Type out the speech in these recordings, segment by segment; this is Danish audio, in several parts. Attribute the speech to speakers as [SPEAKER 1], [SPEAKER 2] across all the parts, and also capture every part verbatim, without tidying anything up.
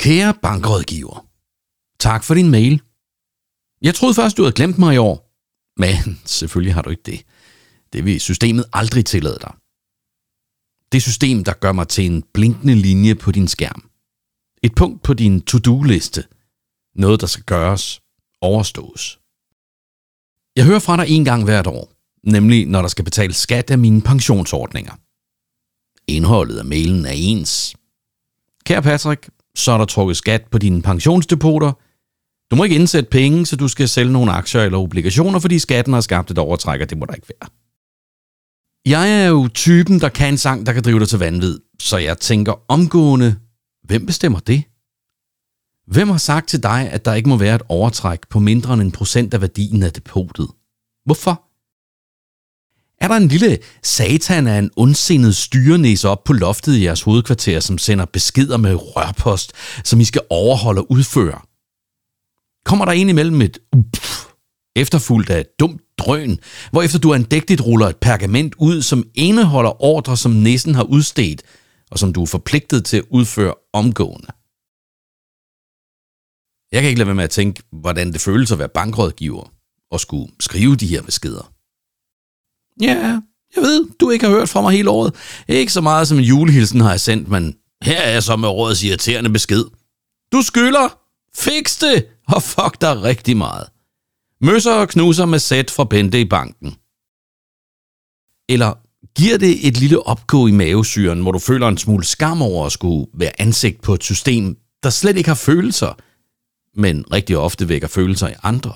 [SPEAKER 1] Kære bankrådgiver, tak for din mail. Jeg troede først, du havde glemt mig i år. Men selvfølgelig har du ikke det. Det vil systemet aldrig tillade dig. Det system, der gør mig til en blinkende linje på din skærm. Et punkt på din to-do-liste. Noget, der skal gøres, overstås. Jeg hører fra dig en gang hvert år, nemlig når der skal betales skat af mine pensionsordninger. Indholdet af mailen er ens. Kære Patrick, så er der trukket skat på dine pensionsdepoter. Du må ikke indsætte penge, så du skal sælge nogle aktier eller obligationer, fordi skatten har skabt et overtræk, og det må der ikke være. Jeg er jo typen, der kan en sang, der kan drive dig til vanvid, så jeg tænker omgående, hvem bestemmer det? Hvem har sagt til dig, at der ikke må være et overtræk på mindre end en procent af værdien af depotet? Hvorfor? Er der en lille satan af en ondsindet styrenæse op på loftet i jeres hovedkvarter, som sender beskeder med rørpost, som I skal overholde og udføre? Kommer der ind imellem et upf, efterfulgt af et dumt drøn, hvorefter du andægtigt ruller et pergament ud, som indeholder ordre, som næsten har udstedt, og som du er forpligtet til at udføre omgående? Jeg kan ikke lade være med at tænke, hvordan det føles at være bankrådgiver og skulle skrive de her beskeder. Ja, jeg ved, du ikke har hørt fra mig hele året. Ikke så meget som en julehilsen har jeg sendt, men her er jeg så med årets irriterende besked. Du skylder! Fix det! Og fuck dig rigtig meget. Møsser og knuser med sæt fra Bente i banken. Eller giver det et lille opgå i mavesyren, hvor du føler en smule skam over at skulle være ansigt på et system, der slet ikke har følelser, men rigtig ofte vækker følelser i andre?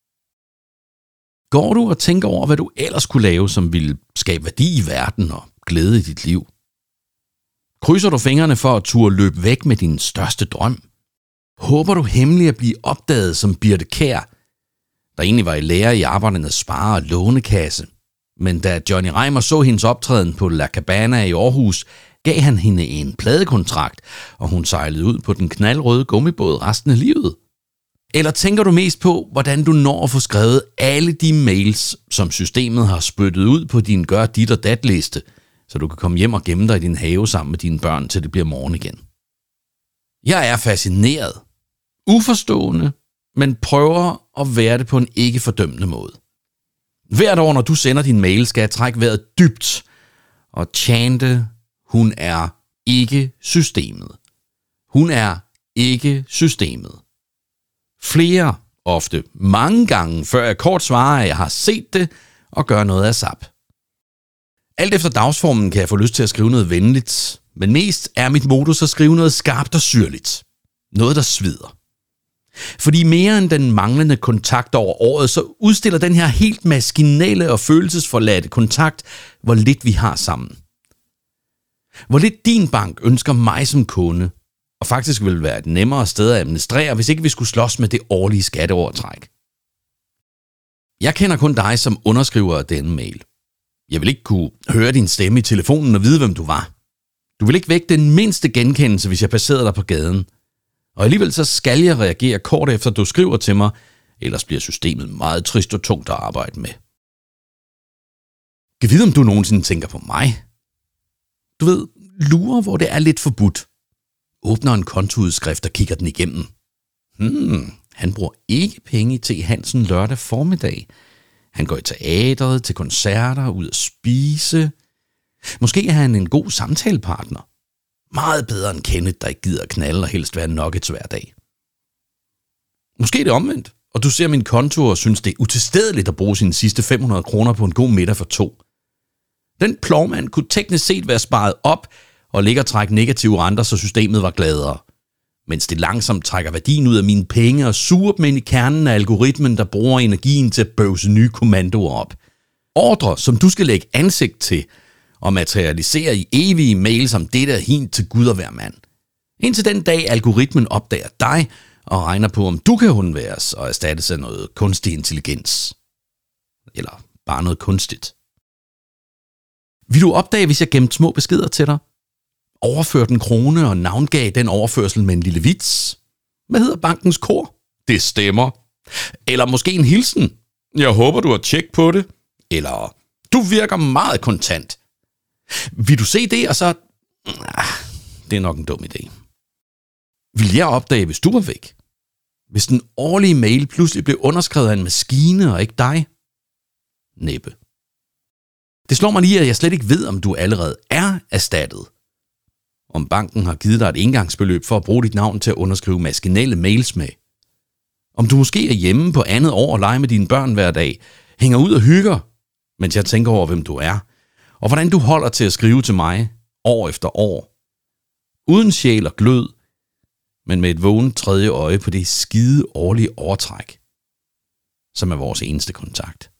[SPEAKER 1] Går du og tænker over, hvad du ellers kunne lave, som ville skabe værdi i verden og glæde i dit liv? Krydser du fingrene for at turde løbe væk med din største drøm? Håber du hemmeligt at blive opdaget som Birte Kjær, der egentlig var i lære i Arbejdernes Spare- og Lånekasse, men da Johnny Reimer så hendes optræden på La Cabana i Aarhus, gav han hende en pladekontrakt, og hun sejlede ud på den knaldrøde gummibåd resten af livet? Eller tænker du mest på, hvordan du når at få skrevet alle de mails, som systemet har spyttet ud på din gør dit og dat liste, så du kan komme hjem og gemme dig i din have sammen med dine børn, til det bliver morgen igen? Jeg er fascineret, uforstående, men prøver at være det på en ikke fordømmende måde. Hvert år, når du sender din mail, skal jeg trække vejret dybt og chante, hun er ikke systemet. Hun er ikke systemet. Flere, ofte mange gange, før jeg kort svarer, at jeg har set det og gør noget af sap. Alt efter dagsformen kan jeg få lyst til at skrive noget venligt, men mest er mit modus at skrive noget skarpt og syrligt. Noget, der svider. Fordi mere end den manglende kontakt over året, så udstiller den her helt maskinale og følelsesforladte kontakt, hvor lidt vi har sammen. Hvor lidt din bank ønsker mig som kunde, og faktisk ville være et nemmere sted at administrere, hvis ikke vi skulle slås med det årlige skatteovertræk. Jeg kender kun dig som underskriver af denne mail. Jeg vil ikke kunne høre din stemme i telefonen og vide, hvem du var. Du vil ikke vække den mindste genkendelse, hvis jeg passerede dig på gaden. Og alligevel så skal jeg reagere kort efter, du skriver til mig, ellers bliver systemet meget trist og tungt at arbejde med. Kan vide, om du nogensinde tænker på mig? Du ved, lurer, hvor det er lidt forbudt. Åbner en kontoudskrift og kigger den igennem. Hmm, han bruger ikke penge til Hansen lørdag formiddag. Han går i teatret, til koncerter, ud at spise. Måske er han en god samtalepartner. Meget bedre end Kenneth, der ikke gider at knalde og helst være nuggets hver dag. Måske er det omvendt, og du ser min konto og synes, det er utilstedeligt at bruge sine sidste fem hundrede kroner på en god middag for to. Den plovmand kunne teknisk set være sparet op og ligge og trække negative renter, så systemet var gladere. Mens det langsomt trækker værdien ud af mine penge og suger dem ind i kernen af algoritmen, der bruger energien til at bøvse nye kommandoer op. Ordre, som du skal lægge ansigt til og materialisere i evige mails om det der hint til Gud og hver mand. Indtil den dag algoritmen opdager dig og regner på, om du kan undværes og erstattes af noget kunstig intelligens. Eller bare noget kunstigt. Vil du opdage, hvis jeg gemte små beskeder til dig? Overførte en krone og navngav den overførsel med en lille vits? Hvad hedder bankens kor? Det stemmer. Eller måske en hilsen? Jeg håber, du har tjek på det. Eller du virker meget kontant. Vil du se det, og så... Ah, det er nok en dum idé. Vil jeg opdage, hvis du var væk? Hvis den årlige mail pludselig blev underskrevet af en maskine og ikke dig? Næppe. Det slår mig lige, at jeg slet ikke ved, om du allerede er erstattet. Om banken har givet dig et engangsbeløb for at bruge dit navn til at underskrive maskinelle mails med. Om du måske er hjemme på andet år og leger med dine børn hver dag, hænger ud og hygger, mens jeg tænker over, hvem du er, og hvordan du holder til at skrive til mig år efter år. Uden sjæl og glød, men med et vågent tredje øje på det skide årlige overtræk, som er vores eneste kontakt.